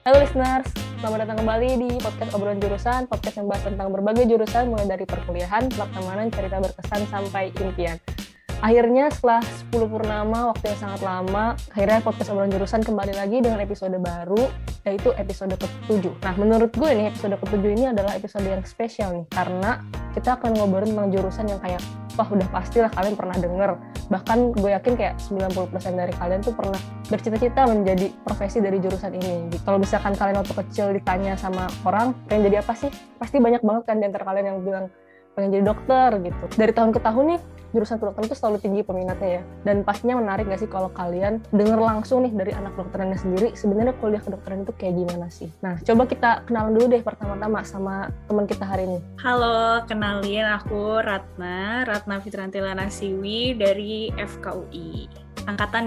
Halo listeners, selamat datang kembali di podcast obrolan jurusan, podcast yang bahas tentang berbagai jurusan mulai dari perkuliahan, pertemanan, cerita berkesan sampai impian. Akhirnya setelah 10 purnama, waktu yang sangat lama, akhirnya podcast obrolan jurusan kembali lagi dengan episode baru, yaitu episode ke-7. Nah, menurut gue nih, episode ke-7 ini adalah episode yang spesial nih, karena kita akan ngobrolin tentang jurusan yang kayak, wah udah pastilah kalian pernah denger. Bahkan gue yakin kayak 90% dari kalian tuh pernah bercita-cita menjadi profesi dari jurusan ini. Kalau misalkan kalian waktu kecil ditanya sama orang, pengen jadi apa sih? Pasti banyak banget kan di antara kalian yang bilang pengen jadi dokter gitu. Dari tahun ke tahun nih, jurusan kedokteran itu selalu tinggi peminatnya ya. Dan pastinya menarik gak sih kalau kalian denger langsung nih dari anak kedokterannya sendiri, sebenarnya kuliah kedokteran itu kayak gimana sih? Nah, coba kita kenalan dulu deh pertama-tama sama teman kita hari ini. Halo, kenalin aku Ratna Fitranti Lanasiwi dari FKUI, angkatan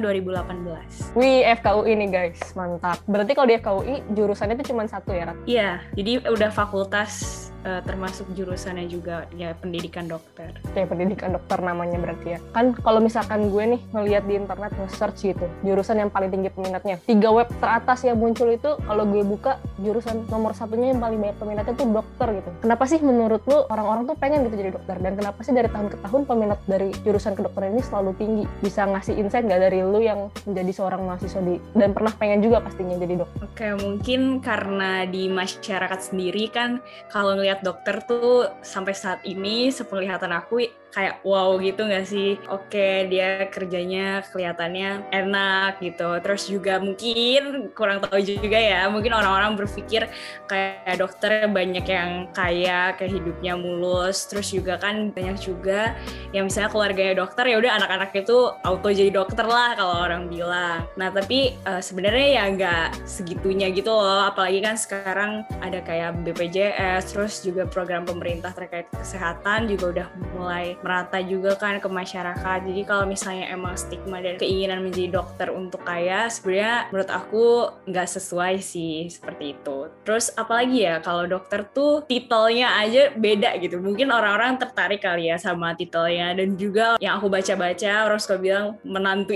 2018. Wih, FKUI nih guys, mantap. Berarti kalau di FKUI jurusannya itu cuma satu ya, Rat? Iya, jadi udah fakultas termasuk jurusannya juga ya pendidikan dokter. Kayak pendidikan dokter namanya berarti ya. Kan kalau misalkan gue nih ngeliat di internet nge-search gitu, jurusan yang paling tinggi peminatnya. 3 web teratas yang muncul itu kalau gue buka jurusan nomor satunya yang paling banyak peminatnya tuh dokter gitu. Kenapa sih menurut lu orang-orang tuh pengen gitu jadi dokter? Dan kenapa sih dari tahun ke tahun peminat dari jurusan kedokteran ini selalu tinggi? Bisa ngasih insight gak dari lu yang menjadi seorang mahasiswa dan pernah pengen juga pastinya jadi dokter? Oke, mungkin karena di masyarakat sendiri kan kalau ngelihat dokter tuh sampai saat ini sepenglihatan aku kayak wow gitu nggak sih? Oke, dia kerjanya kelihatannya enak gitu. Terus juga mungkin kurang tahu juga ya, mungkin orang-orang berpikir kayak dokter banyak yang kaya, kayak hidupnya mulus. Terus juga kan banyak juga yang misalnya keluarganya dokter, ya udah anak-anaknya tuh auto jadi dokter lah kalau orang bilang. Nah tapi sebenarnya ya nggak segitunya gitu loh. Apalagi kan sekarang ada kayak BPJS, terus juga program pemerintah terkait kesehatan juga udah mulai merata juga kan ke masyarakat. Jadi kalau misalnya emang stigma dan keinginan menjadi dokter untuk kaya, sebenarnya menurut aku nggak sesuai sih seperti itu. Terus apalagi ya kalau dokter tuh titelnya aja beda gitu. Mungkin orang-orang tertarik kali ya sama titelnya. Dan juga yang aku baca-baca orang suka bilang menantu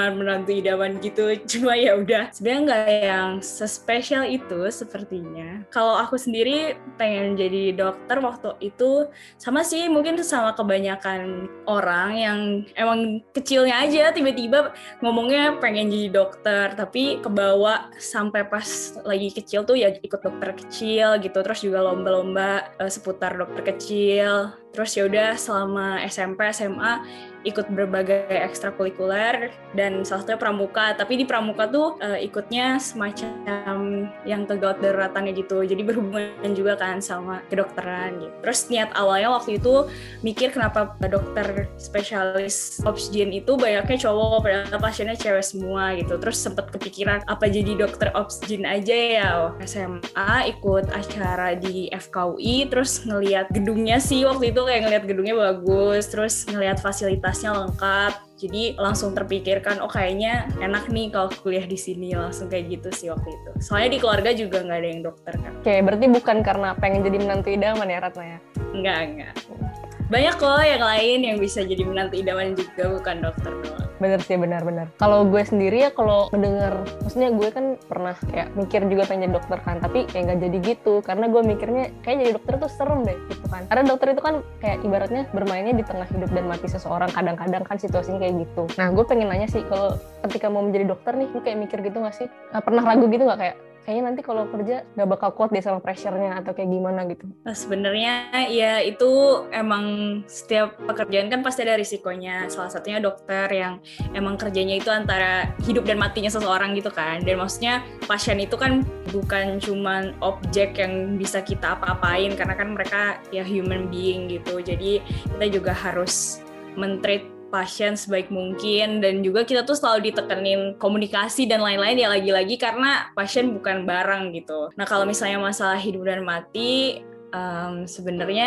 idaman gitu. Cuma ya udah sebenarnya nggak yang sespesial itu sepertinya. Kalau aku sendiri pengen jadi dokter waktu itu sama sih, mungkin sama kebanyakan orang yang emang kecilnya aja tiba-tiba ngomongnya pengen jadi dokter, tapi kebawa sampai pas lagi kecil tuh ya ikut dokter kecil gitu, terus juga lomba-lomba seputar dokter kecil. Terus ya udah selama SMP, SMA ikut berbagai ekstrakurikuler dan salah satunya pramuka. Tapi di pramuka tuh ikutnya semacam yang kegawat daruratannya gitu. Jadi berhubungan juga kan sama kedokteran gitu. Terus niat awalnya waktu itu mikir kenapa dokter spesialis obsgin itu banyaknya cowok padahal pasiennya cewek semua gitu. Terus sempat kepikiran apa jadi dokter obsgin aja ya. SMA ikut acara di FKUI, terus ngelihat gedungnya sih waktu itu kayak ngelihat gedungnya bagus, terus ngelihat fasilitasnya lengkap. Jadi langsung terpikirkan, oh kayaknya enak nih kalau kuliah di sini, langsung kayak gitu sih waktu itu. Soalnya di keluarga juga nggak ada yang dokter kan. Oke, berarti bukan karena pengen jadi menantu idaman ya Ratna ya? Enggak. Banyak kok yang lain yang bisa jadi menantu idaman juga, bukan dokter doang. Bener sih, benar-benar. Kalau gue sendiri ya kalau mendengar, maksudnya gue kan pernah kayak mikir juga pengen jadi dokter kan, tapi kayak nggak jadi gitu, karena gue mikirnya kayak jadi dokter tuh serem deh gitu kan. Karena dokter itu kan kayak ibaratnya bermainnya di tengah hidup dan mati seseorang, kadang-kadang kan situasinya kayak gitu. Nah, gue pengen nanya sih, kalau ketika mau menjadi dokter nih, lu kayak mikir gitu nggak sih? Pernah ragu gitu nggak kayak, kayaknya nanti kalau kerja nggak bakal kuat deh sama pressure-nya atau kayak gimana gitu? Nah, sebenarnya ya itu emang setiap pekerjaan kan pasti ada risikonya. Salah satunya dokter yang emang kerjanya itu antara hidup dan matinya seseorang gitu kan. Dan maksudnya pasien itu kan bukan cuman objek yang bisa kita apa-apain, karena kan mereka ya human being gitu. Jadi kita juga harus men-treat pasien sebaik mungkin, dan juga kita tuh selalu ditekenin komunikasi dan lain-lain ya, lagi-lagi karena pasien bukan barang gitu. Nah kalau misalnya masalah hidup dan mati, sebenarnya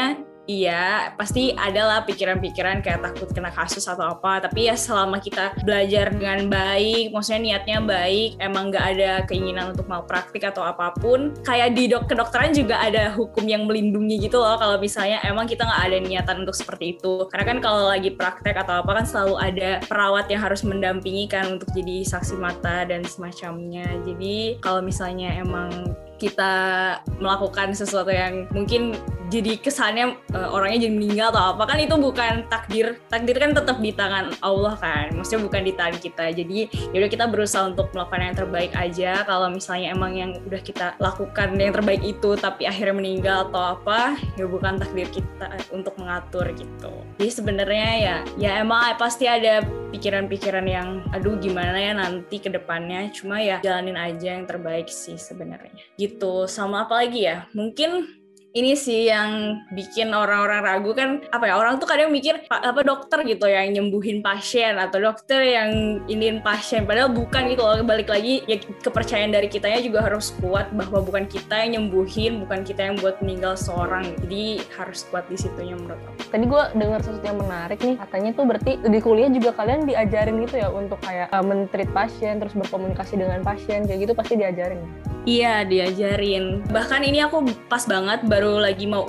iya pasti adalah pikiran-pikiran kayak takut kena kasus atau apa, tapi ya selama kita belajar dengan baik, maksudnya niatnya baik, emang nggak ada keinginan untuk malpraktik atau apapun, kayak di kedokteran juga ada hukum yang melindungi gitu loh kalau misalnya emang kita nggak ada niatan untuk seperti itu. Karena kan kalau lagi praktek atau apa kan selalu ada perawat yang harus mendampingi kan untuk jadi saksi mata dan semacamnya. Jadi kalau misalnya emang kita melakukan sesuatu yang mungkin jadi kesannya orangnya jadi meninggal atau apa, kan itu bukan takdir kan tetap di tangan Allah kan, maksudnya bukan di tangan kita. Jadi yaudah kita berusaha untuk melakukan yang terbaik aja. Kalau misalnya emang yang udah kita lakukan yang terbaik itu tapi akhirnya meninggal atau apa, ya bukan takdir kita untuk mengatur gitu. Jadi sebenarnya ya emang pasti ada pikiran-pikiran yang aduh gimana ya nanti ke depannya, cuma ya jalanin aja yang terbaik sih sebenarnya gitu. Sama apa lagi ya, mungkin ini sih yang bikin orang-orang ragu kan, apa ya, orang tuh kadang mikir apa dokter gitu yang nyembuhin pasien atau dokter yang iniin pasien, padahal bukan gitu loh. Balik lagi ya, kepercayaan dari kitanya juga harus kuat bahwa bukan kita yang nyembuhin, bukan kita yang buat meninggal seorang. Jadi harus kuat di situnya menurut aku. Tadi gue dengar sesuatu yang menarik nih, katanya tuh berarti di kuliah juga kalian diajarin gitu ya untuk kayak men-treat pasien, terus berkomunikasi dengan pasien, kayak gitu pasti diajarin. Iya, diajarin. Bahkan ini aku pas banget baru lagi mau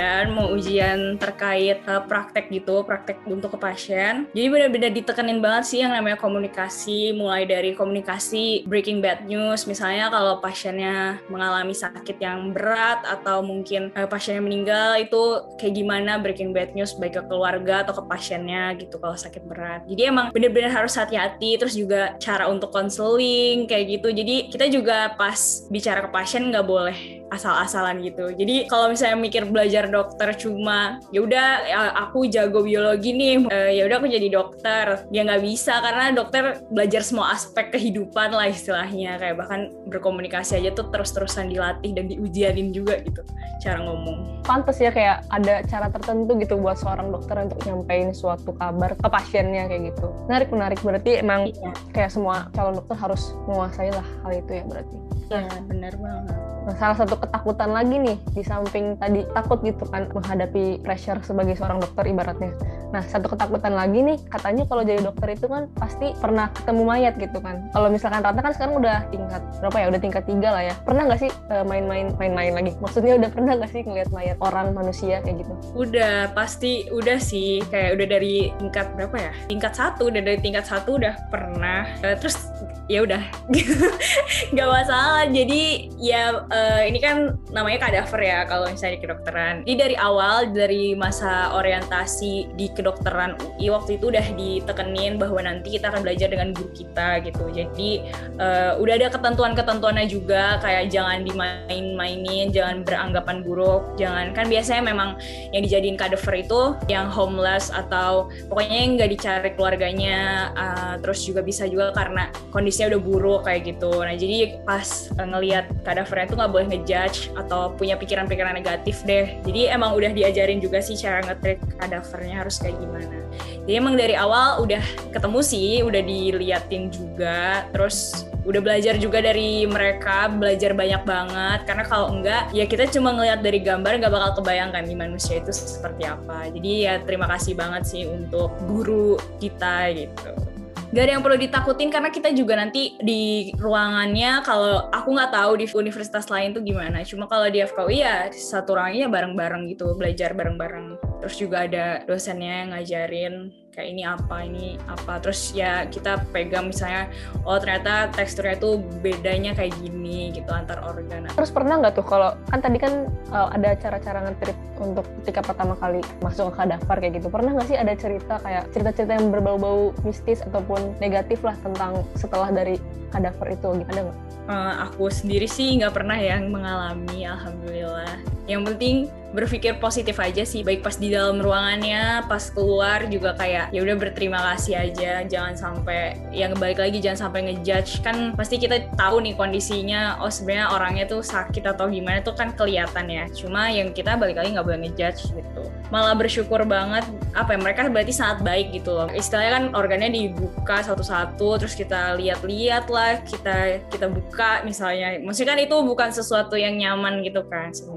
ujian terkait praktek gitu, praktek untuk ke pasien. Jadi benar-benar ditekenin banget sih yang namanya komunikasi, mulai dari komunikasi breaking bad news, misalnya kalau pasiennya mengalami sakit yang berat atau mungkin pasiennya meninggal, itu kayak gimana breaking bad news baik ke keluarga atau ke pasiennya gitu kalau sakit berat. Jadi emang benar-benar harus hati-hati, terus juga cara untuk konseling kayak gitu. Jadi kita juga pas bicara ke pasien nggak boleh asal-asalan gitu. Jadi kalau misalnya mikir belajar dokter cuma ya udah aku jago biologi nih, ya udah aku jadi dokter, ya nggak bisa, karena dokter belajar semua aspek kehidupan lah istilahnya, kayak bahkan berkomunikasi aja tuh terus-terusan dilatih dan diujianin juga gitu cara ngomong. Pantes ya kayak ada cara tertentu gitu buat seorang dokter untuk nyampein suatu kabar ke pasiennya kayak gitu. Menarik, berarti emang kayak semua calon dokter harus menguasai lah hal itu ya berarti. Iya, benar banget. Nah, salah satu ketakutan lagi nih, di samping tadi takut gitu kan menghadapi pressure sebagai seorang dokter ibaratnya. Nah, satu ketakutan lagi nih, katanya kalau jadi dokter itu kan pasti pernah ketemu mayat gitu kan. Kalau misalkan Ratna kan sekarang udah tingkat berapa ya? Udah tingkat 3 lah ya. Pernah nggak sih main-main lagi? Maksudnya udah pernah nggak sih ngeliat mayat orang manusia kayak gitu? Udah, pasti udah sih. Kayak udah dari tingkat berapa ya? Dari tingkat 1 udah pernah. Terus ya udah nggak masalah. Jadi ya ini kan namanya kadaver ya kalau misalnya di kedokteran. Jadi dari awal, dari masa orientasi di kedokteran UI waktu itu udah ditekenin bahwa nanti kita akan belajar dengan guru kita gitu. Jadi udah ada ketentuan-ketentuannya juga, kayak jangan dimain-mainin, jangan beranggapan buruk, jangan, kan biasanya memang yang dijadiin kadaver itu yang homeless atau pokoknya yang nggak dicari keluarganya, terus juga bisa juga karena kondisinya udah buruk kayak gitu. Nah jadi pas ngelihat kadavernya itu nggak boleh ngejudge atau punya pikiran-pikiran negatif deh. Jadi emang udah diajarin juga sih cara nge-treat kadavernya harus kayak gimana. Jadi emang dari awal udah ketemu sih, udah diliatin juga, terus udah belajar juga dari mereka, belajar banyak banget. Karena kalau enggak, ya kita cuma ngelihat dari gambar, nggak bakal kebayangkan di manusia itu seperti apa. Jadi ya terima kasih banget sih untuk guru kita gitu. Gak ada yang perlu ditakutin karena kita juga nanti di ruangannya, kalau aku nggak tahu di universitas lain tuh gimana, cuma kalau di FKUI ya satu ruangannya bareng-bareng gitu, belajar bareng-bareng. Terus juga ada dosennya yang ngajarin kayak ini apa, terus ya kita pegang misalnya, oh ternyata teksturnya tuh bedanya kayak gini gitu antar organ. Terus pernah nggak tuh, kalau kan tadi kan ada cara-cara nge-treat untuk ketika pertama kali masuk ke kadaver kayak gitu, pernah nggak sih ada cerita-cerita yang berbau-bau mistis ataupun negatif lah tentang setelah dari kadaver itu, ada nggak? Aku sendiri sih nggak pernah yang mengalami, alhamdulillah. Yang penting berpikir positif aja sih, baik pas di dalam ruangannya, pas keluar juga kayak ya udah berterima kasih aja, jangan sampai yang balik lagi, jangan sampai ngejudge. Kan pasti kita tahu nih kondisinya, oh sebenarnya orangnya tuh sakit atau gimana tuh kan kelihatan ya, cuma yang kita balik lagi nggak boleh ngejudge gitu. Malah bersyukur banget, apa ya, mereka berarti sangat baik gitu loh. Istilahnya kan organnya dibuka satu-satu, terus kita lihat-lihat lah, kita buka misalnya, maksudnya kan itu bukan sesuatu yang nyaman gitu kan sebenarnya.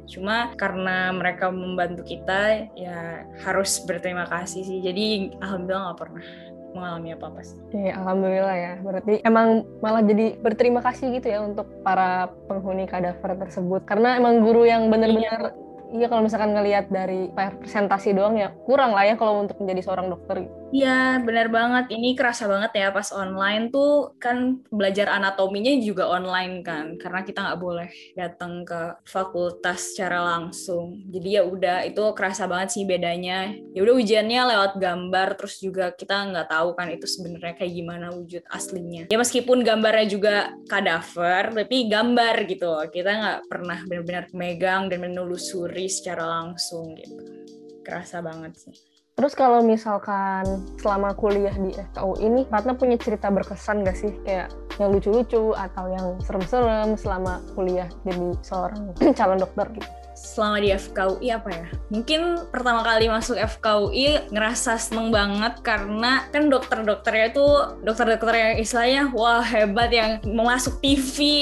Cuma karena mereka membantu kita, ya harus berterima kasih sih. Jadi alhamdulillah nggak pernah mengalami apa-apa sih. Ya, alhamdulillah ya. Berarti emang malah jadi berterima kasih gitu ya untuk para penghuni kadaver tersebut. Karena emang guru yang benar-benar iya kalau misalkan ngelihat dari presentasi doang ya kurang lah ya kalau untuk menjadi seorang dokter. Iya, benar banget. Ini kerasa banget ya pas online tuh kan belajar anatominya juga online kan, karena kita nggak boleh datang ke fakultas secara langsung. Jadi ya udah itu kerasa banget sih bedanya. Ya udah ujiannya lewat gambar, terus juga kita nggak tahu kan itu sebenarnya kayak gimana wujud aslinya. Ya meskipun gambarnya juga kadaver, tapi gambar gitu. Kita nggak pernah benar-benar megang dan menelusuri secara langsung gitu. Kerasa banget sih. Terus kalau misalkan selama kuliah di FKU ini, Ratna punya cerita berkesan gak sih? Kayak yang lucu-lucu atau yang serem-serem selama kuliah jadi seorang calon dokter gitu? Selama di FKUI apa ya? Mungkin pertama kali masuk FKUI ngerasa seneng banget karena kan dokter-dokternya itu dokter-dokter yang istilahnya wah hebat yang mau masuk TV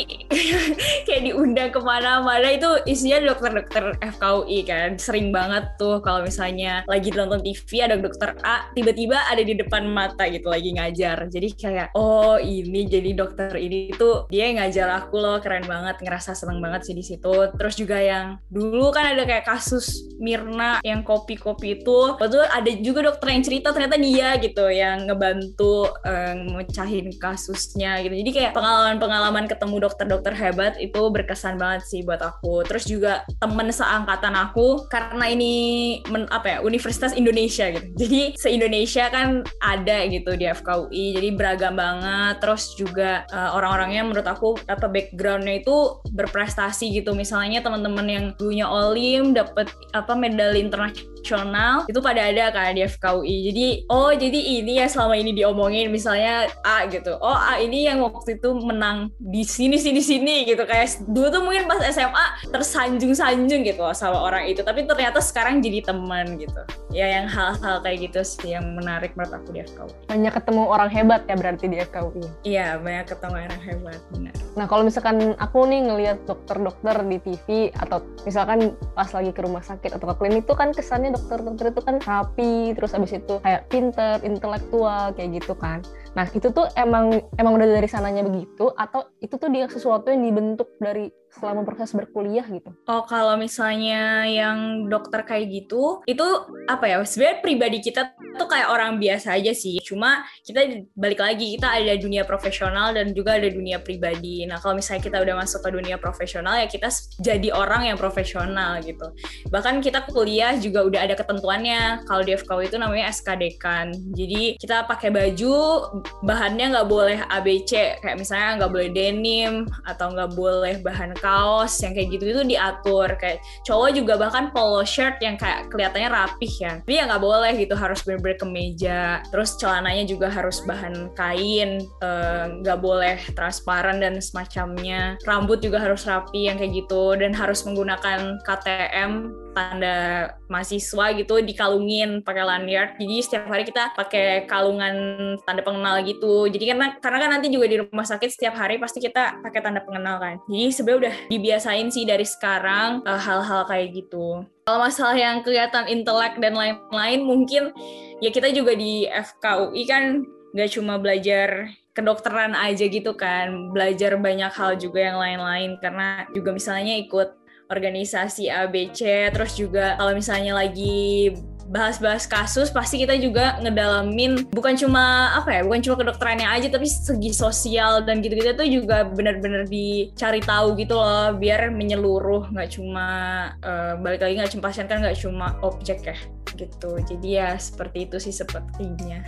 kayak diundang kemana-mana itu isinya dokter-dokter FKUI kan. Sering banget tuh kalau misalnya lagi nonton TV ada dokter A tiba-tiba ada di depan mata gitu lagi ngajar. Jadi kayak oh ini jadi dokter ini tuh dia yang ngajar aku loh, keren banget, ngerasa seneng banget sih di situ. Terus juga yang dulu kan ada kayak kasus Mirna yang kopi-kopi itu, waktu ada juga dokter yang cerita ternyata dia gitu yang ngebantu mecahin kasusnya gitu. Jadi kayak pengalaman-pengalaman ketemu dokter-dokter hebat itu berkesan banget sih buat aku. Terus juga temen seangkatan aku karena ini Universitas Indonesia gitu. Jadi se-Indonesia kan ada gitu di FKUI. Jadi beragam banget. Terus juga orang-orangnya menurut aku backgroundnya itu berprestasi gitu. Misalnya teman-teman yang dulunya Olim dapat medali internasional itu pada ada kan di FKUI. Jadi ini ya selama ini diomongin misalnya A gitu. Oh A ini yang waktu itu menang di sini gitu. Kayak dulu tuh mungkin pas SMA tersanjung-sanjung gitu sama orang itu. Tapi ternyata sekarang jadi teman gitu. Ya yang hal-hal kayak gitu sih yang menarik menurut aku di FKUI. Banyak ketemu orang hebat ya berarti di FKUI. Iya banyak ketemu orang hebat benar. Nah kalau misalkan aku nih ngelihat dokter-dokter di TV atau misalkan pas lagi ke rumah sakit atau ke klinik tuh kan kesannya dokter-dokter itu kan rapi, terus abis itu kayak pinter, intelektual kayak gitu kan. Nah itu tuh emang udah dari sananya begitu atau itu tuh dia sesuatu yang dibentuk dari selama proses berkuliah gitu? Oh kalau misalnya yang dokter kayak gitu, itu sebenarnya pribadi kita tuh kayak orang biasa aja sih. Cuma kita balik lagi, kita ada dunia profesional dan juga ada dunia pribadi. Nah kalau misalnya kita udah masuk ke dunia profesional ya kita jadi orang yang profesional gitu. Bahkan kita kuliah juga udah ada ketentuannya. Kalau di FKU itu namanya SKDekan. Jadi kita pakai baju, bahannya nggak boleh ABC. Kayak misalnya nggak boleh denim atau nggak boleh bahan kaos yang kayak gitu itu diatur. Kayak cowok juga bahkan polo shirt yang kayak kelihatannya rapih ya, tapi ya nggak boleh gitu, harus bener-bener kemeja. Terus celananya juga harus bahan kain, nggak boleh transparan dan semacamnya. Rambut juga harus rapi yang kayak gitu, dan harus menggunakan KTM tanda mahasiswa gitu, dikalungin pakai lanyard. Jadi setiap hari kita pakai kalungan tanda pengenal gitu. Jadi karena kan nanti juga di rumah sakit setiap hari pasti kita pakai tanda pengenal kan. Jadi sebenarnya udah dibiasain sih dari sekarang hal-hal kayak gitu. Kalau masalah yang kelihatan intelek dan lain-lain, mungkin ya kita juga di FKUI kan nggak cuma belajar kedokteran aja gitu kan, belajar banyak hal juga yang lain-lain, karena juga misalnya ikut organisasi ABC, terus juga kalau misalnya lagi bahas-bahas kasus pasti kita juga ngedalamin bukan cuma kedokterannya aja, tapi segi sosial dan gitu-gitu tuh juga benar-benar dicari tahu gitu loh, biar menyeluruh, nggak cuma balik lagi nggak cuma pasien kan, nggak cuma objek ya gitu. Jadi ya seperti itu sih sepertinya.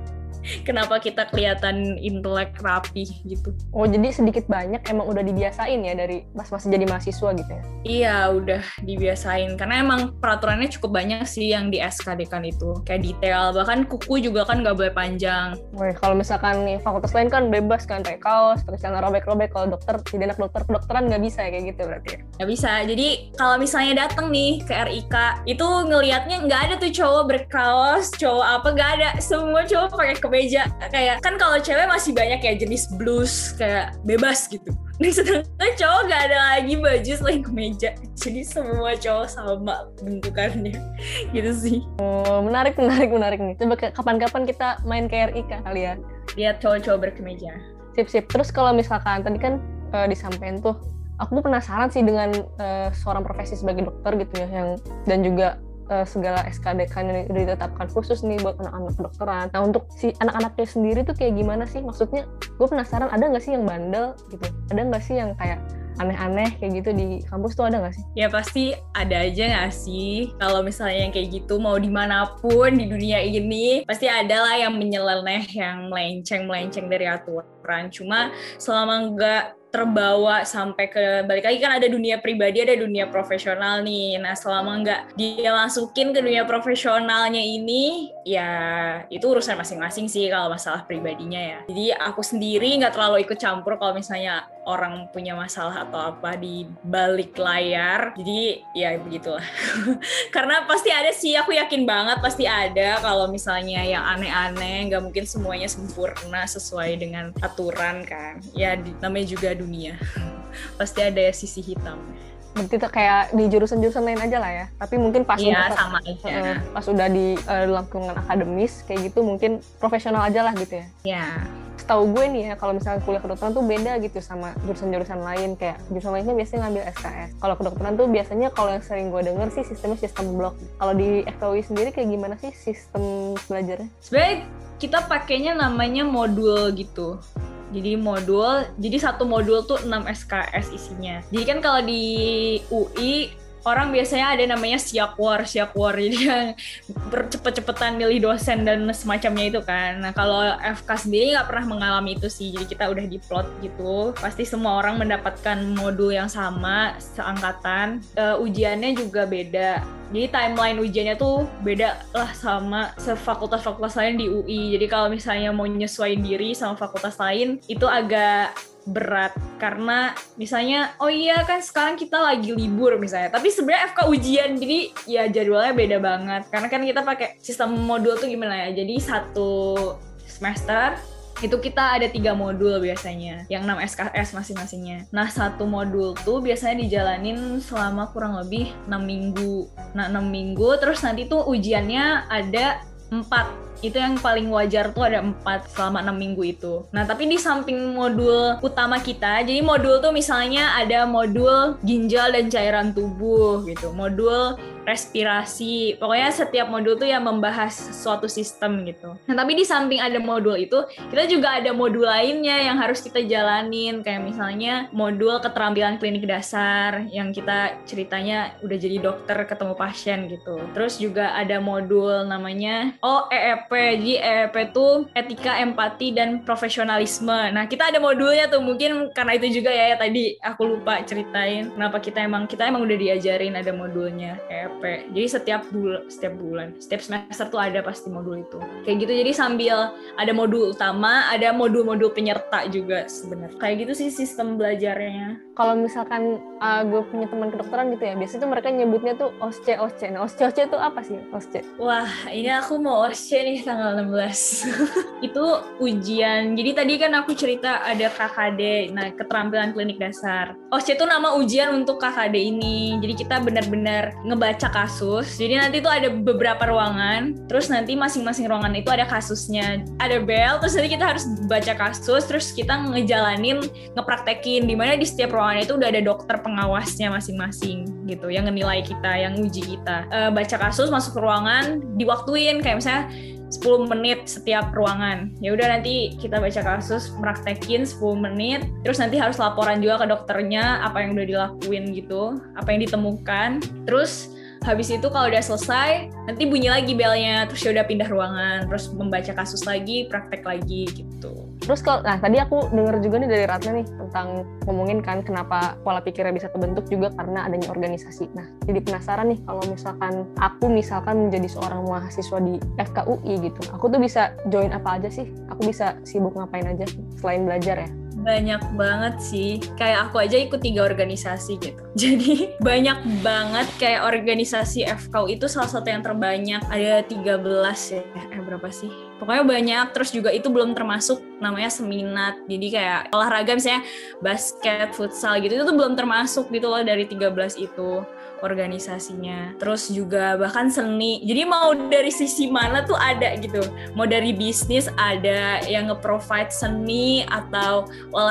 Kenapa kita kelihatan intelek rapi gitu. Oh jadi sedikit banyak emang udah dibiasain ya dari pas masih jadi mahasiswa gitu ya? Iya udah dibiasain, karena emang peraturannya cukup banyak sih yang di SKDekan itu, kayak detail, bahkan kuku juga kan nggak boleh panjang. Wah kalau misalkan nih fakultas lain kan bebas kan, pakai kaos, pakai celana robek-robek. Kalau dokter, tidak anak dokter kedokteran nggak bisa kayak gitu berarti ya? Nggak bisa. Jadi kalau misalnya datang nih ke RIK itu ngelihatnya nggak ada tuh cowok berkaos, cowok apa, nggak ada. Semua cowok pakai kemeja kemeja. Kayak kan kalau cewek masih banyak ya jenis blus kayak bebas gitu. Nah, sedangkan cowok gak ada lagi baju selain kemeja. Jadi semua cowok sama bentukannya gitu sih. Oh, menarik nih. Coba kapan-kapan kita main KRI kali ya. Lihat cowok-cowok berkemeja. Sip. Terus kalau misalkan tadi kan disampaikan tuh, aku penasaran sih dengan seorang profesi sebagai dokter gitu ya, yang dan juga segala SKDK yang ditetapkan khusus nih buat anak-anak kedokteran. Nah, untuk si anak-anaknya sendiri tuh kayak gimana sih? Maksudnya gue penasaran, ada nggak sih yang bandel gitu? Ada nggak sih yang kayak aneh-aneh kayak gitu di kampus tuh, ada nggak sih? Ya pasti ada aja nggak sih? Kalau misalnya yang kayak gitu mau dimanapun di dunia ini pasti ada lah yang menyeleneh, yang melenceng dari aturan. Cuma selama nggak terbawa sampai ke balik lagi kan ada dunia pribadi, ada dunia profesional nih. Nah selama nggak dia masukin ke dunia profesionalnya ini, ya itu urusan masing-masing sih kalau masalah pribadinya ya. Jadi aku sendiri nggak terlalu ikut campur kalau misalnya orang punya masalah atau apa di balik layar. Jadi ya begitulah. Karena pasti ada sih, aku yakin banget pasti ada kalau misalnya yang aneh-aneh, nggak mungkin semuanya sempurna sesuai dengan aturan kan. Ya namanya juga dunia. Pasti ada sisi hitam. Berarti kayak di jurusan-jurusan lain aja lah ya. Tapi mungkin pas sama aja. Pas udah di lingkungan akademis kayak gitu mungkin profesional aja lah gitu ya. Iya. Setahu gue nih ya, kalau misalnya kuliah kedokteran tuh beda gitu sama jurusan-jurusan lain. Kayak jurusan lainnya biasanya ngambil SKS. Kalau kedokteran tuh biasanya kalau yang sering gue denger sih sistemnya sistem blok. Kalau di FKUI sendiri kayak gimana sih sistem belajarnya? Sebenarnya kita pakainya namanya modul gitu. Jadi satu modul tuh 6 SKS isinya. Jadi kan kalau di UI orang biasanya ada namanya siakwar. Jadi yang cepet-cepetan milih dosen dan semacamnya itu kan. Nah kalau FK sendiri nggak pernah mengalami itu sih. Jadi kita udah diplot gitu. Pasti semua orang mendapatkan modul yang sama, seangkatan. Ujiannya juga beda. Jadi timeline ujiannya tuh beda lah sama fakultas-fakultas lain di UI. Jadi kalau misalnya mau nyesuaiin diri sama fakultas lain, itu agak berat. Karena misalnya, oh iya kan sekarang kita lagi libur misalnya. Tapi sebenarnya FK ujian, jadi ya jadwalnya beda banget. Karena kan kita pakai sistem modul tuh gimana ya. Jadi satu semester itu kita ada 3 modul biasanya, yang 6 SKS masing-masingnya. Nah, satu modul tuh biasanya dijalanin selama kurang lebih 6 minggu. Nah, 6 minggu, terus nanti tuh ujiannya ada 4. Itu yang paling wajar tuh ada 4 selama 6 minggu itu. Nah, tapi di samping modul utama kita, jadi modul tuh misalnya ada modul ginjal dan cairan tubuh gitu, modul respirasi. Pokoknya setiap modul tuh yang membahas suatu sistem gitu. Nah, tapi di samping ada modul itu, kita juga ada modul lainnya yang harus kita jalanin. Kayak misalnya modul keterampilan klinik dasar, yang kita ceritanya udah jadi dokter ketemu pasien gitu. Terus juga ada modul namanya EEP. Jadi EEP tuh etika, empati, dan profesionalisme. Nah, kita ada modulnya tuh. Mungkin karena itu juga ya tadi aku lupa ceritain kenapa kita emang udah diajarin ada modulnya EEP. Jadi setiap bulan, setiap semester tuh ada pasti modul itu. Kayak gitu, jadi sambil ada modul utama, ada modul-modul penyerta juga sebenarnya. Kayak gitu sih sistem belajarnya. Kalau misalkan gue punya teman kedokteran gitu ya, biasanya tuh mereka nyebutnya tuh OSCE. Nah, OSCE itu apa sih OSCE? Wah, ini aku mau OSCE nih tanggal 16. Itu ujian. Jadi tadi kan aku cerita ada KKD, nah keterampilan klinik dasar. OSCE itu nama ujian untuk KKD ini. Jadi kita benar-benar ngebaca kasus. Jadi nanti tuh ada beberapa ruangan, terus nanti masing-masing ruangan itu ada kasusnya. Ada bel, terus nanti kita harus baca kasus, terus kita ngejalanin, ngepraktekin. Dimana di setiap ruangan itu udah ada dokter pengawasnya masing-masing gitu, yang ngenilai kita, yang uji kita. Baca kasus, masuk ke ruangan, diwaktuin kayak misalnya 10 menit setiap ruangan. Ya udah nanti kita baca kasus, praktekin 10 menit, terus nanti harus laporan juga ke dokternya apa yang udah dilakuin gitu, apa yang ditemukan. Terus habis itu kalau udah selesai, nanti bunyi lagi belnya, terus ya udah pindah ruangan, terus membaca kasus lagi, praktek lagi gitu. Terus nah tadi aku dengar juga nih dari Ratna nih tentang ngomongin kan kenapa pola pikirnya bisa terbentuk juga karena adanya organisasi. Nah, jadi penasaran nih kalau aku misalkan menjadi seorang mahasiswa di FKUI gitu, aku tuh bisa join apa aja sih? Aku bisa sibuk ngapain aja selain belajar ya? Banyak banget sih, kayak aku aja ikut 3 organisasi gitu. Jadi banyak banget, kayak organisasi FKUI itu salah satu yang terbanyak, ada 13 ya, berapa sih? Pokoknya banyak, terus juga itu belum termasuk namanya seminat. Jadi kayak olahraga misalnya basket, futsal gitu, itu tuh belum termasuk gitu loh dari 13 itu organisasinya. Terus juga bahkan seni. Jadi mau dari sisi mana tuh ada gitu. Mau dari bisnis ada yang nge-provide seni atau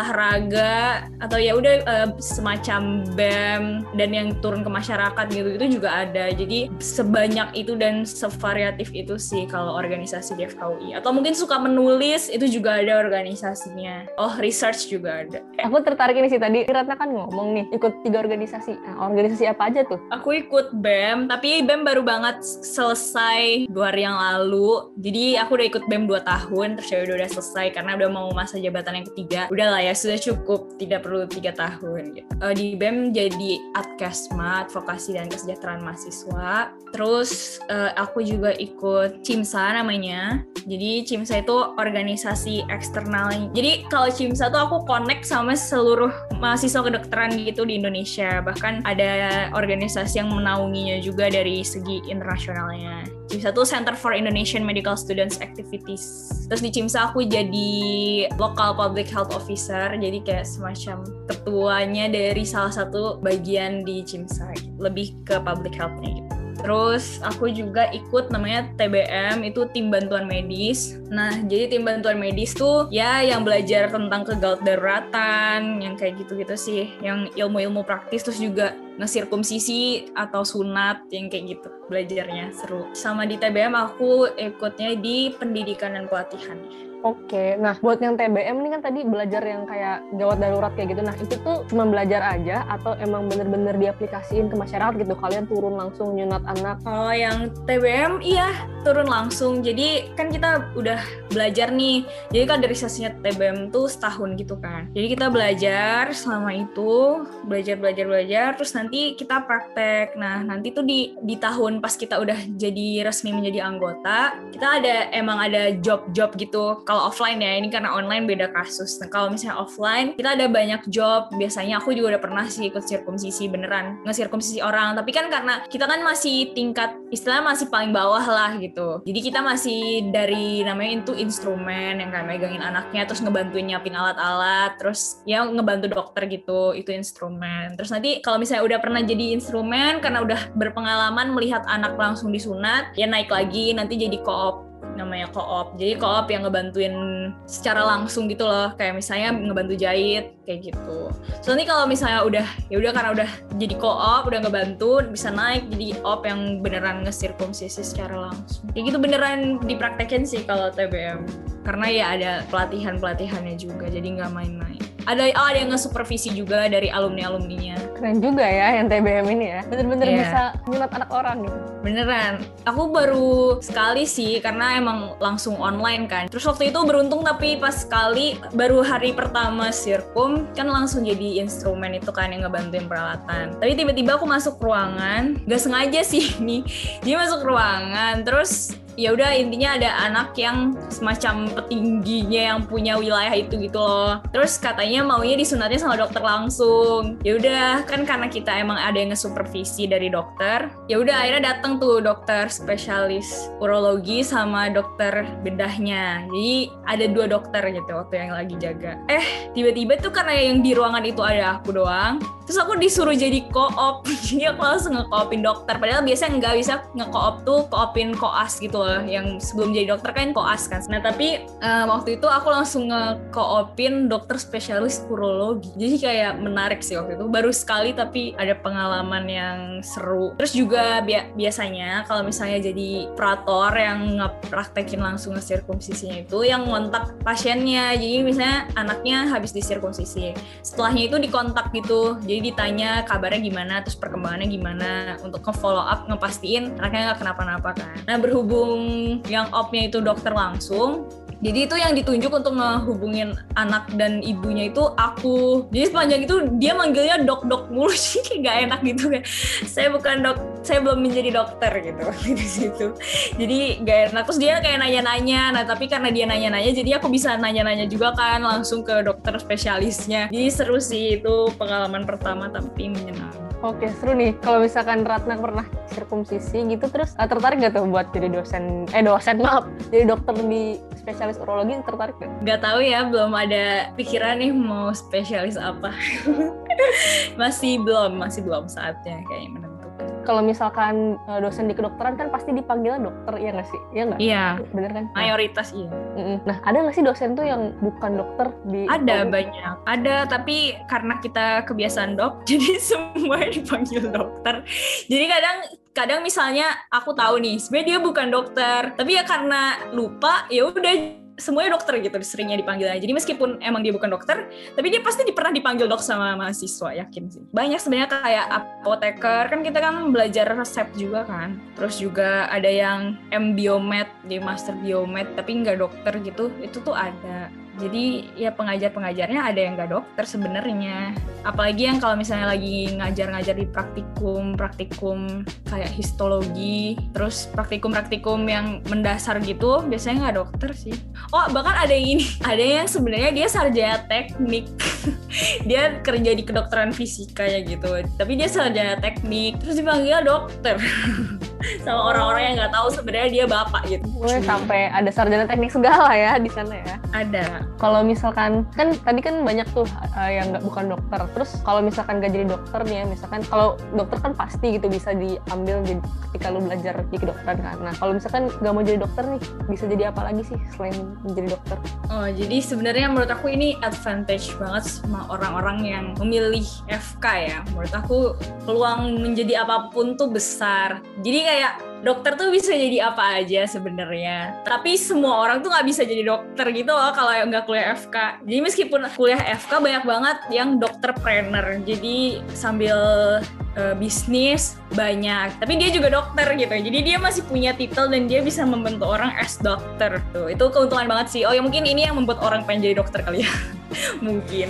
olahraga atau ya udah semacam BEM dan yang turun ke masyarakat gitu itu juga ada. Jadi sebanyak itu dan sevariatif itu sih kalau organisasi di FKUI. Atau mungkin suka menulis itu juga ada organisasinya. Oh, research juga ada. Aku tertarik ini sih, tadi Ratna kan ngomong nih ikut 3 organisasi. Nah, organisasi apa aja tuh? Aku ikut BEM, tapi BEM baru banget selesai 2 hari yang lalu. Jadi aku udah ikut BEM 2 tahun, terus ya udah selesai karena udah mau masa jabatan yang ketiga. Udahlah ya, sudah cukup, tidak perlu 3 tahun gitu. Di BEM jadi Adkesma, Advokasi dan Kesejahteraan Mahasiswa. Terus aku juga ikut CIMSA namanya. Jadi CIMSA itu organisasi eksternal. Jadi kalau CIMSA tuh aku connect sama seluruh mahasiswa kedokteran gitu di Indonesia. Bahkan ada organisasi yang menaunginya juga dari segi internasionalnya. CIMSA tuh Center for Indonesian Medical Students Activities. Terus di CIMSA aku jadi Local Public Health Officer, jadi kayak semacam ketuanya dari salah satu bagian di CIMSA, lebih ke public health-nya gitu. Terus aku juga ikut namanya TBM, itu tim bantuan medis. Nah, jadi tim bantuan medis tuh ya yang belajar tentang kegawat daruratan, yang kayak gitu-gitu sih, yang ilmu-ilmu praktis, terus juga ngesirkumsisi atau sunat, yang kayak gitu. Belajarnya seru. Sama di TBM aku ikutnya di pendidikan dan pelatihan. Oke, nah buat yang TBM ini kan tadi belajar yang kayak gawat darurat kayak gitu. Nah itu tuh cuma belajar aja atau emang bener-bener diaplikasiin ke masyarakat gitu? Kalian turun langsung nyunat anak? Oh, yang TBM iya turun langsung. Jadi kan kita udah belajar nih. Jadi kan dari sesinya TBM tuh setahun gitu kan. Jadi kita belajar selama itu, belajar, terus nanti kita praktek. Nah nanti tuh di tahun pas kita udah jadi resmi menjadi anggota, kita emang ada job-job gitu. Kalau offline ya, ini karena online beda kasus. Nah, kalau misalnya offline, kita ada banyak job. Biasanya aku juga udah pernah sih ikut sirkumsisi beneran, nge-sirkumsisi orang. Tapi kan karena kita kan masih tingkat, istilahnya masih paling bawah lah gitu. Jadi kita masih dari namanya itu instrumen, yang kayak megangin anaknya, terus ngebantuin nyiapin alat-alat, terus ya ngebantu dokter gitu, itu instrumen. Terus nanti kalau misalnya udah pernah jadi instrumen, karena udah berpengalaman melihat anak langsung disunat, ya naik lagi, nanti jadi koop. Namanya koop. Jadi koop yang ngebantuin secara langsung gitu loh. Kayak misalnya ngebantu jahit kayak gitu. So nanti kalau misalnya udah karena udah jadi koop, udah ngebantu, bisa naik jadi op yang beneran ngesirkumsisi secara langsung. Kayak gitu beneran dipraktekin sih kalau TBM. Karena ya ada pelatihannya juga, jadi nggak main-main. Ada yang nge-supervisi juga dari alumni-alumninya. Keren juga ya yang TBM ini ya. Bener-bener bisa nyunat anak orang gitu. Beneran. Aku baru sekali sih karena emang langsung online kan. Terus waktu itu beruntung tapi pas sekali baru hari pertama sirkum kan langsung jadi instrumen itu kan yang ngebantuin peralatan. Tapi tiba-tiba aku masuk ruangan, gak sengaja sih nih. Dia masuk ruangan terus ya udah intinya ada anak yang semacam petingginya yang punya wilayah itu gitu loh. Terus katanya maunya disunatnya sama dokter langsung. Ya udah kan karena kita emang ada yang nge-supervisi dari dokter. Ya udah akhirnya datang tuh dokter spesialis urologi sama dokter bedahnya. Jadi ada 2 dokter gitu waktu yang lagi jaga. Tiba-tiba tuh karena yang di ruangan itu ada aku doang. Terus aku disuruh jadi koop. Jadi aku langsung nge-koopin dokter. Padahal biasanya nggak bisa nge-koop tuh koopin koas gitu loh. Yang sebelum jadi dokter kan koas kan. Nah tapi waktu itu aku langsung nge-koopin dokter spesialis urologi. Jadi kayak menarik sih waktu itu. Baru sekali tapi ada pengalaman yang seru. Terus juga biasanya kalau misalnya jadi operator yang ngepraktekin langsung nge-sirkumsisinya itu yang ngontak pasiennya. Jadi misalnya anaknya habis disirkumsisi. Setelahnya itu dikontak gitu. Jadi ditanya kabarnya gimana, terus perkembangannya gimana, untuk nge-follow up, ngepastiin anaknya nggak kenapa-napa kan. Nah berhubung yang op-nya itu dokter langsung, jadi itu yang ditunjuk untuk ngehubungin anak dan ibunya itu aku. Jadi sepanjang itu dia manggilnya dok-dok mulu sih, kayak gak enak gitu kan. Saya bukan saya belum menjadi dokter gitu di situ. Jadi gak enak. Terus dia kayak nanya-nanya. Nah tapi karena dia nanya-nanya, jadi aku bisa nanya-nanya juga kan langsung ke dokter spesialisnya. Jadi seru sih, itu pengalaman pertama tapi menyenangkan. Oke, seru nih. Kalau misalkan Ratna pernah sirkumsisi gitu, terus tertarik gak tuh buat jadi jadi dokter di spesialis urologi, tertarik gak? Gak tahu ya, belum ada pikiran nih mau spesialis apa. masih belum saatnya kayaknya menentukan. Kalau misalkan dosen di kedokteran kan pasti dipanggilnya dokter, ya nggak sih? Iya nggak? Iya. Bener kan? Mayoritas iya. Nah, ada nggak sih dosen tuh yang bukan dokter di? Ada banyak. Ada, tapi karena kita kebiasaan dok, jadi semua dipanggil dokter. Jadi kadang misalnya aku tahu nih, sebenarnya dia bukan dokter, tapi ya karena lupa, ya udah semuanya dokter gitu, seringnya dipanggil aja. Jadi meskipun emang dia bukan dokter, tapi dia pasti pernah dipanggil dok sama mahasiswa, yakin sih. Banyak sebenarnya kayak apoteker, kan kita kan belajar resep juga kan. Terus juga ada yang M-Biomed, di Master Biomed, tapi nggak dokter gitu, itu tuh ada. Jadi ya pengajar-pengajarnya ada yang nggak dokter sebenarnya. Apalagi yang kalau misalnya lagi ngajar-ngajar di praktikum kayak histologi, terus praktikum yang mendasar gitu, biasanya nggak dokter sih. Oh, bahkan ada yang ini, ada yang sebenarnya dia sarjana teknik. Dia kerja di kedokteran fisika ya gitu, tapi dia sarjana teknik, terus dipanggil dokter. Sama orang-orang yang nggak tahu sebenarnya dia bapak gitu. Sampai ada sarjana teknik segala ya di sana ya. Ada. Kalau misalkan kan tadi kan banyak tuh yang bukan dokter. Terus kalau misalkan gak jadi dokter nih ya, misalkan kalau dokter kan pasti gitu bisa diambil ketika lu belajar di kedokteran kan. Nah, kalau misalkan gak mau jadi dokter nih, bisa jadi apa lagi sih selain menjadi dokter? Oh, jadi sebenarnya menurut aku ini advantage banget sama orang-orang yang memilih FK ya. Menurut aku peluang menjadi apapun tuh besar. Jadi kayak dokter tuh bisa jadi apa aja sebenarnya. Tapi semua orang tuh nggak bisa jadi dokter gitu loh kalau nggak kuliah FK. Jadi meskipun kuliah FK banyak banget yang dokterpreneur. Jadi sambil bisnis banyak, tapi dia juga dokter gitu. Jadi dia masih punya titel dan dia bisa membentuk orang as dokter tuh. Itu keuntungan banget sih. Oh ya mungkin ini yang membuat orang pengen jadi dokter kali ya. Mungkin.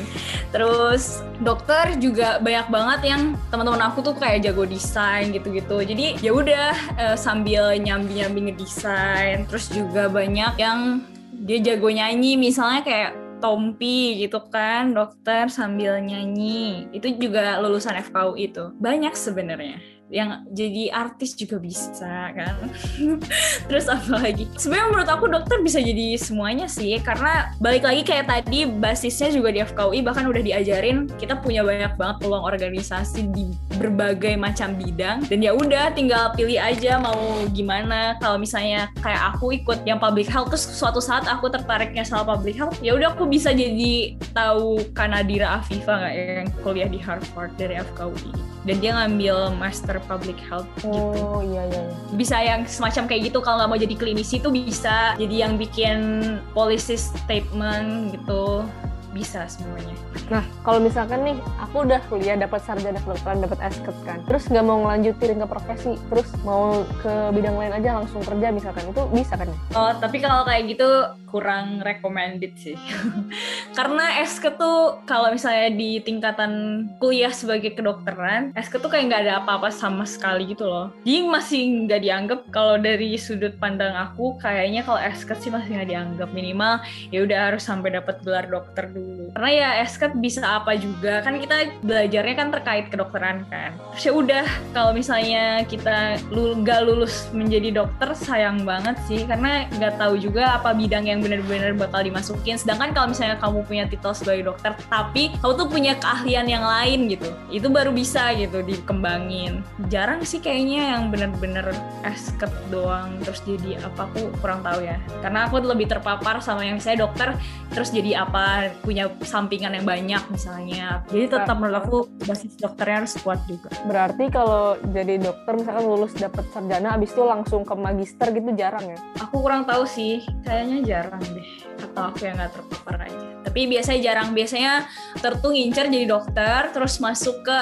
Terus dokter juga banyak banget yang teman-teman aku tuh kayak jago desain gitu-gitu. Jadi ya udah sambil nyambi-nyambi ngedesain. Terus juga banyak yang dia jago nyanyi, misalnya kayak Tompi gitu kan, dokter sambil nyanyi. Itu juga lulusan FKU itu. Banyak sebenarnya. Yang jadi artis juga bisa kan. Terus apa lagi? Sebenarnya menurut aku dokter bisa jadi semuanya sih, karena balik lagi kayak tadi basisnya juga di FKUI, bahkan udah diajarin kita punya banyak banget peluang organisasi di berbagai macam bidang, dan ya udah tinggal pilih aja mau gimana. Kalau misalnya kayak aku ikut yang public health, terus suatu saat aku tertariknya sama public health, ya udah aku bisa jadi tahu Kanadira Afifa nggak yang kuliah di Harvard dari FKUI, dan dia ngambil master public health gitu. Oh iya. Bisa yang semacam kayak gitu. Kalau nggak mau jadi klinisi tuh bisa jadi yang bikin policy statement gitu. Bisa semuanya. Nah, kalau misalkan nih, aku udah kuliah, dapat sarjana kedokteran, dapat esket kan, terus nggak mau ngelanjutin ke profesi, terus mau ke bidang lain aja langsung kerja misalkan, itu bisa kan? Oh, tapi kalau kayak gitu kurang recommended sih. Karena esket tuh kalau misalnya di tingkatan kuliah sebagai kedokteran, esket tuh kayak nggak ada apa-apa sama sekali gitu loh. Jadi masih nggak dianggap, kalau dari sudut pandang aku, kayaknya kalau esket sih masih nggak dianggap. Minimal ya udah harus sampai dapat gelar dokter dulu. Karena ya esket bisa apa juga, kan kita belajarnya kan terkait kedokteran kan. Terus ya udah, kalau misalnya kita nggak lulus menjadi dokter, sayang banget sih, karena nggak tahu juga apa bidang yang benar-benar bakal dimasukin. Sedangkan kalau misalnya kamu punya titel sebagai dokter, tapi kamu tuh punya keahlian yang lain gitu, itu baru bisa gitu dikembangin. Jarang sih kayaknya yang benar-benar esket doang terus jadi apa, aku kurang tahu ya. Karena aku lebih terpapar sama yang misalnya dokter terus jadi apa, punya sampingan yang banyak misalnya. Jadi tetap menurut aku basis dokternya harus kuat juga. Berarti kalau jadi dokter misalkan lulus dapat sarjana abis itu langsung ke magister gitu jarang ya? Aku kurang tahu sih, kayaknya jarang deh. Atau aku yang nggak terpapar aja. Tapi biasanya jarang. Biasanya tertuh ngincer jadi dokter terus masuk ke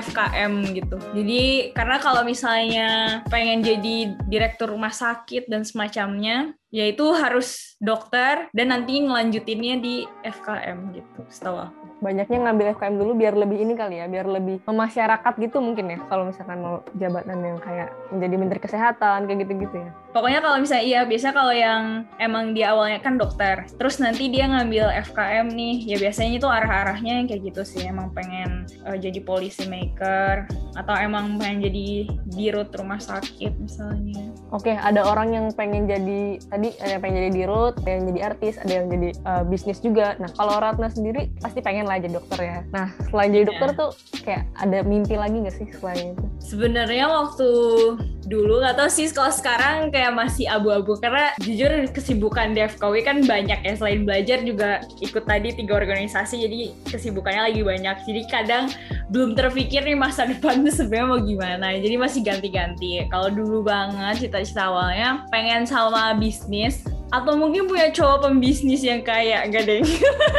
FKM gitu. Jadi karena kalau misalnya pengen jadi direktur rumah sakit dan semacamnya, yaitu harus dokter dan nanti ngelanjutinnya di FKM gitu, setahu aku. Banyaknya ngambil FKM dulu biar lebih ini kali ya, biar lebih memasyarakat gitu mungkin ya, kalau misalkan mau jabatan yang kayak menjadi menteri kesehatan kayak gitu-gitu ya. Pokoknya kalau misalnya iya, biasanya kalau yang emang dia awalnya kan dokter, terus nanti dia ngambil FKM nih, ya biasanya itu arah-arahnya yang kayak gitu sih, emang pengen jadi policy maker apoteker atau emang pengen jadi dirut rumah sakit misalnya. Oke, ada orang yang pengen jadi, tadi ada yang pengen jadi dirut, ada yang jadi artis, ada yang jadi bisnis juga. Nah, kalau Ratna sendiri pasti pengen lah jadi dokter ya. Nah, selain jadi dokter tuh kayak ada mimpi lagi nggak sih selain itu? Sebenarnya waktu dulu nggak tahu sih, kalau sekarang kayak masih abu-abu karena jujur kesibukan di FKUI kan banyak ya, selain belajar juga ikut tadi 3 organisasi, jadi kesibukannya lagi banyak. Jadi kadang belum terpikir nih masa depan tuh sebenarnya mau gimana, jadi masih ganti-ganti. Kalau dulu banget cita-cita awalnya pengen sama bisnis atau mungkin punya cowok pembisnis yang kaya, enggak deh.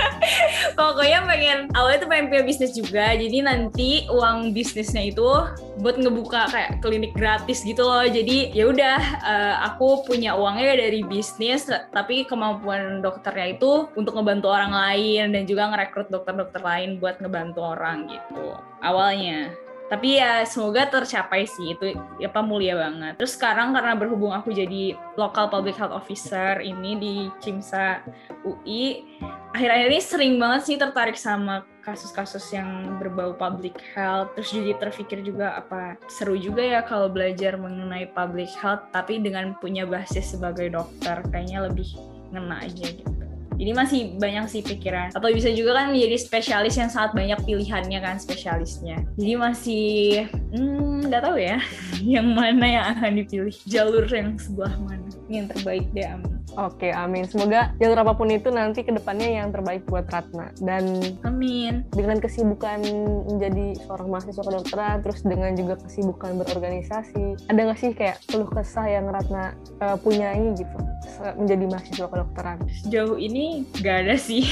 Pokoknya awalnya tuh pengen punya bisnis juga, jadi nanti uang bisnisnya itu buat ngebuka kayak klinik gratis gitu loh. Jadi ya udah, aku punya uangnya dari bisnis, tapi kemampuan dokternya itu untuk ngebantu orang lain dan juga ngerekrut dokter-dokter lain buat ngebantu orang gitu awalnya. Tapi ya semoga tercapai sih, itu mulia banget. Terus sekarang karena berhubung aku jadi local public health officer ini di CIMSA UI, akhir-akhir ini sering banget sih tertarik sama kasus-kasus yang berbau public health. Terus jadi terpikir juga apa seru juga ya kalau belajar mengenai public health tapi dengan punya basis sebagai dokter, kayaknya lebih ngena aja gitu. Jadi masih banyak sih pikiran. Atau bisa juga kan menjadi spesialis yang sangat banyak pilihannya kan spesialisnya. Jadi masih nggak tahu ya yang mana yang akan dipilih, jalur yang sebelah mana yang terbaik deh, amin. Oke, amin. Semoga jalur apapun itu nanti ke depannya yang terbaik buat Ratna. Dan amin. Dengan kesibukan menjadi seorang mahasiswa kedokteran, terus dengan juga kesibukan berorganisasi, ada nggak sih kayak keluh kesah yang Ratna punyai gitu menjadi mahasiswa kedokteran? Sejauh ini nggak ada sih.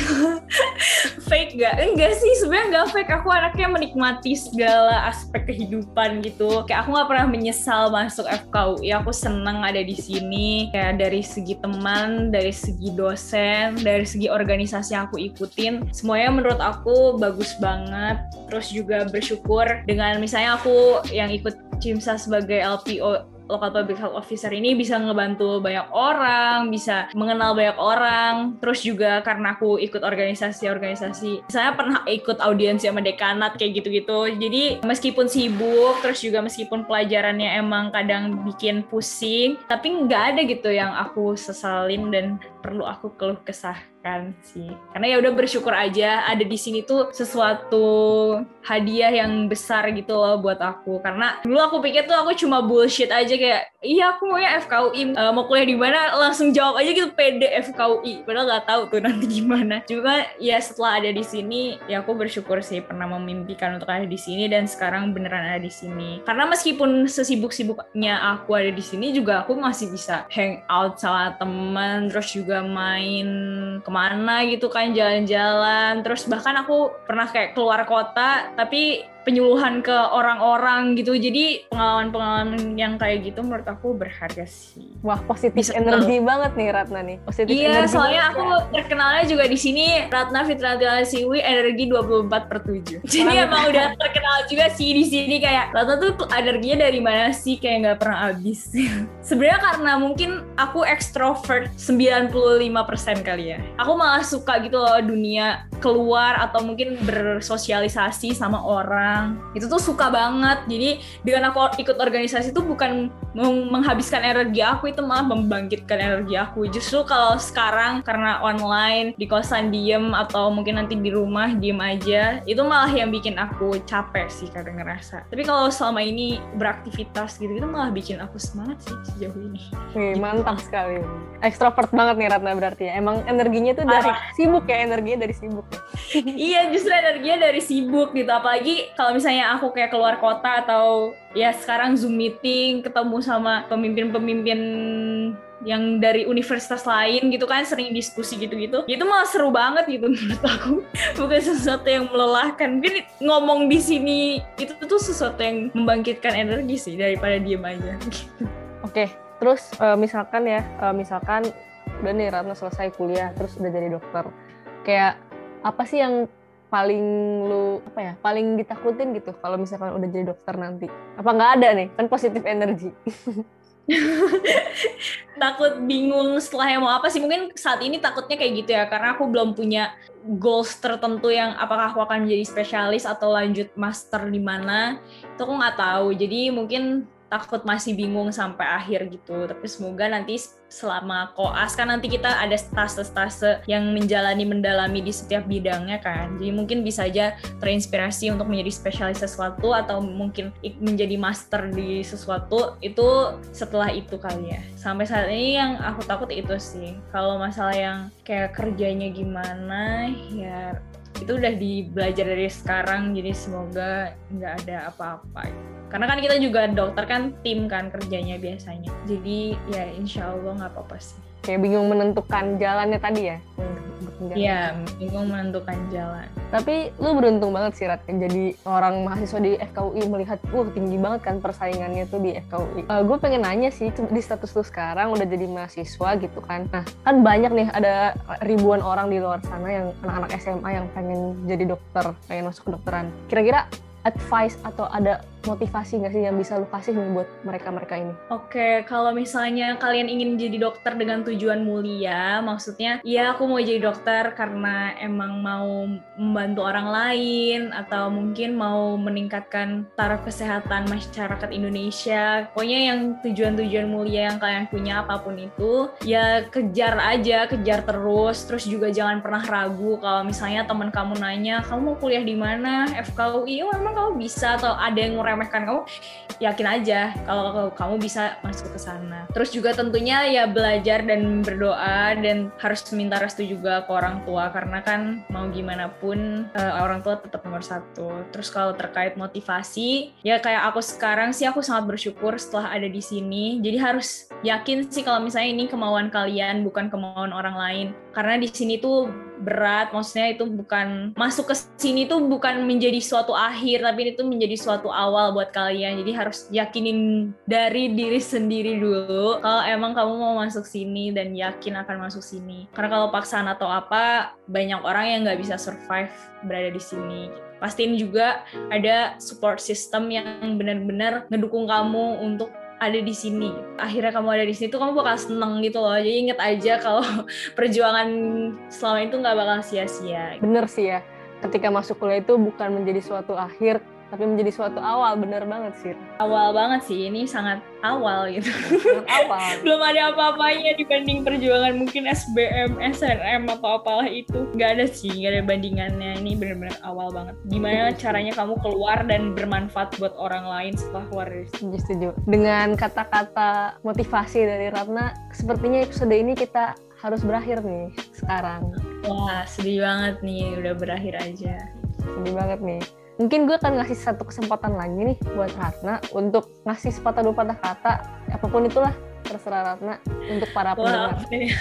Fake nggak? Enggak sih, sebenarnya nggak fake. Aku anaknya menikmati segala aspek kehidupan gitu. Kayak aku nggak pernah menyesal masuk FKUI. Aku seneng ada di sini. Kayak dari segi teman, dari segi dosen, dari segi organisasi yang aku ikutin, semuanya menurut aku bagus banget. Terus juga bersyukur dengan misalnya aku yang ikut CIMSA sebagai LPO, Local Public Health Officer ini, bisa ngebantu banyak orang, bisa mengenal banyak orang. Terus juga karena aku ikut organisasi, saya pernah ikut audiensi sama dekanat kayak gitu-gitu. Jadi meskipun sibuk, terus juga meskipun pelajarannya emang kadang bikin pusing, tapi nggak ada gitu yang aku sesalin dan perlu aku keluh kesahkan sih. Karena ya udah bersyukur aja ada di sini tuh sesuatu hadiah yang besar gitu loh buat aku. Karena dulu aku pikir tuh aku cuma bullshit aja, kayak iya aku maunya FKUI, mau kuliah di mana langsung jawab aja gitu, pede FKUI, padahal nggak tahu tuh nanti gimana. Juga ya setelah ada di sini ya aku bersyukur sih pernah memimpikan untuk ada di sini dan sekarang beneran ada di sini. Karena meskipun sesibuk-sibuknya aku ada di sini juga aku masih bisa hang out sama teman, terus juga main kemana gitu kan, jalan-jalan. Terus bahkan aku pernah kayak keluar kota tapi penyuluhan ke orang-orang gitu. Jadi pengalaman-pengalaman yang kayak gitu menurut aku berharga sih. Wah, positif energi banget nih Ratna nih. Positif iya, soalnya aku terkenalnya juga di sini Ratna Fitrianti Siwi energi 24/7. Jadi emang udah terkenal juga sih di sini, kayak Ratna tuh energinya dari mana sih, kayak nggak pernah habis. Sebenarnya karena mungkin aku ekstrovert 95% kali ya. Aku malah suka gitu loh dunia keluar atau mungkin bersosialisasi sama orang. Itu tuh suka banget. Jadi dengan aku ikut organisasi tuh bukan menghabiskan energi aku, itu malah membangkitkan energi aku. Justru kalau sekarang karena online, di kosan diem atau mungkin nanti di rumah diem aja, itu malah yang bikin aku capek sih kadang ngerasa. Tapi kalau selama ini beraktivitas gitu, itu malah bikin aku semangat sih sejauh ini. Wih, mantap sekali. Ekstrovert banget nih Ratna berarti ya. Emang energinya tuh dari sibuk ya, energinya dari sibuk ya. Iya, justru energinya dari sibuk gitu. Apalagi kalau misalnya aku kayak keluar kota atau ya sekarang Zoom meeting, ketemu sama pemimpin-pemimpin yang dari universitas lain gitu kan, sering diskusi gitu-gitu. Itu malah seru banget gitu menurut aku. Bukan sesuatu yang melelahkan. Mungkin ngomong di sini itu tuh sesuatu yang membangkitkan energi sih daripada diem aja. Oke, terus misalkan udah nih Ratna selesai kuliah, terus udah jadi dokter. Kayak apa sih yang paling ditakutin gitu kalau misalkan udah jadi dokter nanti? Apa nggak ada nih? Kan positif energi. Takut bingung setelahnya mau apa sih. Mungkin saat ini takutnya kayak gitu ya, karena aku belum punya goals tertentu yang apakah aku akan menjadi spesialis atau lanjut master di mana, itu aku nggak tahu. Jadi mungkin takut masih bingung sampai akhir gitu. Tapi semoga nanti selama koas kan nanti kita ada stase-stase yang mendalami di setiap bidangnya kan. Jadi mungkin bisa aja terinspirasi untuk menjadi spesialis sesuatu atau mungkin menjadi master di sesuatu itu setelah itu kali ya. Sampai saat ini yang aku takut itu sih. Kalau masalah yang kayak kerjanya gimana ya itu udah dibelajar dari sekarang, jadi semoga nggak ada apa-apa. Karena kan kita juga dokter kan tim kan kerjanya biasanya. Jadi ya insya Allah nggak apa-apa sih. Kayak bingung menentukan jalannya tadi ya? Iya, bingung menentukan jalan. Tapi lu beruntung banget sih, Rat, jadi orang mahasiswa di FKUI melihat, tinggi banget kan persaingannya tuh di FKUI. Gue pengen nanya sih, di status lu sekarang udah jadi mahasiswa gitu kan. Nah, kan banyak nih, ada ribuan orang di luar sana yang anak-anak SMA yang pengen jadi dokter, pengen masuk kedokteran. Kira-kira advice atau ada motivasi nggak sih yang bisa lu kasih nih buat mereka-mereka ini? Oke, kalau misalnya kalian ingin jadi dokter dengan tujuan mulia, maksudnya ya aku mau jadi dokter karena emang mau membantu orang lain atau mungkin mau meningkatkan taraf kesehatan masyarakat Indonesia. Pokoknya yang tujuan-tujuan mulia yang kalian punya apapun itu, ya kejar aja, kejar terus juga jangan pernah ragu kalau misalnya teman kamu nanya, kamu mau kuliah di mana? FKUI, emang kamu bisa, atau ada yang meremehkan kamu, yakin aja kalau kamu bisa masuk ke sana. Terus juga tentunya ya belajar dan berdoa dan harus minta restu juga ke orang tua, karena kan mau gimana pun orang tua tetap nomor satu. Terus kalau terkait motivasi, ya kayak aku sekarang sih aku sangat bersyukur setelah ada di sini. Jadi harus yakin sih kalau misalnya ini kemauan kalian bukan kemauan orang lain. Karena di sini tuh berat, maksudnya itu bukan masuk ke sini tuh bukan menjadi suatu akhir, tapi itu menjadi suatu awal buat kalian. Jadi harus yakinin dari diri sendiri dulu kalau emang kamu mau masuk sini dan yakin akan masuk sini. Karena kalau paksaan atau apa, banyak orang yang nggak bisa survive berada di sini. Pastiin juga ada support system yang benar-benar ngedukung kamu untuk ada di sini. Akhirnya kamu ada di sini tuh kamu bakal seneng gitu loh. Jadi inget aja kalau perjuangan selama itu nggak bakal sia-sia. Bener sih ya, ketika masuk kuliah itu bukan menjadi suatu akhir, tapi menjadi suatu awal. Bener banget sih. Awal banget sih, ini sangat awal gitu. Awal. Belum ada apa-apanya dibanding perjuangan mungkin SBM, SNM atau apalah itu. Nggak ada sih, nggak ada bandingannya. Ini benar-benar awal banget. Gimana caranya kamu keluar dan bermanfaat buat orang lain setelah keluar dari sini. Setuju. Dengan kata-kata motivasi dari Ratna, sepertinya episode ini kita harus berakhir nih sekarang. Wah, sedih banget nih, udah berakhir aja. Sedih banget nih. Mungkin gue akan ngasih satu kesempatan lagi nih buat Ratna untuk ngasih sepatah dua patah kata, apapun itulah, terserah Ratna, untuk para pendengar.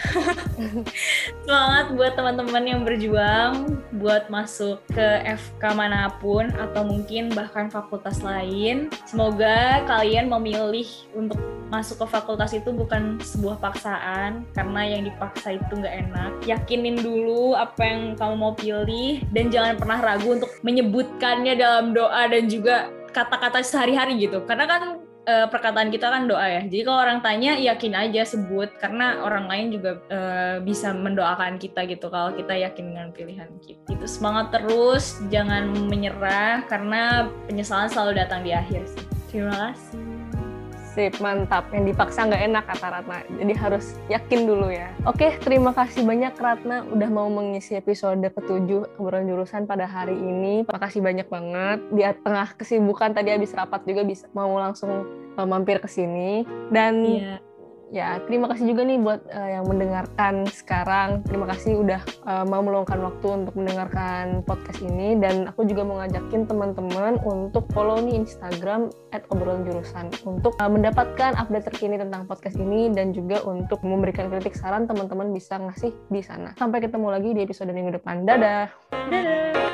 Semangat buat teman-teman yang berjuang buat masuk ke FK manapun atau mungkin bahkan fakultas lain. Semoga kalian memilih untuk masuk ke fakultas itu bukan sebuah paksaan, karena yang dipaksa itu nggak enak. Yakinin dulu apa yang kamu mau pilih dan jangan pernah ragu untuk menyebutkannya dalam doa dan juga kata-kata sehari-hari gitu. Karena kan perkataan kita kan doa ya. Jadi kalau orang tanya, yakin aja sebut, karena orang lain juga bisa mendoakan kita gitu kalau kita yakin dengan pilihan kita. Itu semangat terus, jangan menyerah, karena penyesalan selalu datang di akhir sih. Terima kasih. Sip, mantap. Yang dipaksa nggak enak kata Ratna. Jadi harus yakin dulu ya. Oke, terima kasih banyak Ratna udah mau mengisi episode ke-7 obrolan jurusan pada hari ini. Makasih banyak banget. Di tengah kesibukan tadi habis rapat juga bisa mau langsung mampir ke sini. Dan ya, terima kasih juga nih buat yang mendengarkan sekarang. Terima kasih udah mau meluangkan waktu untuk mendengarkan podcast ini. Dan aku juga mau ngajakin teman-teman untuk follow nih Instagram @obrolanjurusan untuk mendapatkan update terkini tentang podcast ini dan juga untuk memberikan kritik saran teman-teman bisa ngasih di sana. Sampai ketemu lagi di episode minggu depan. Dadah! Dadah!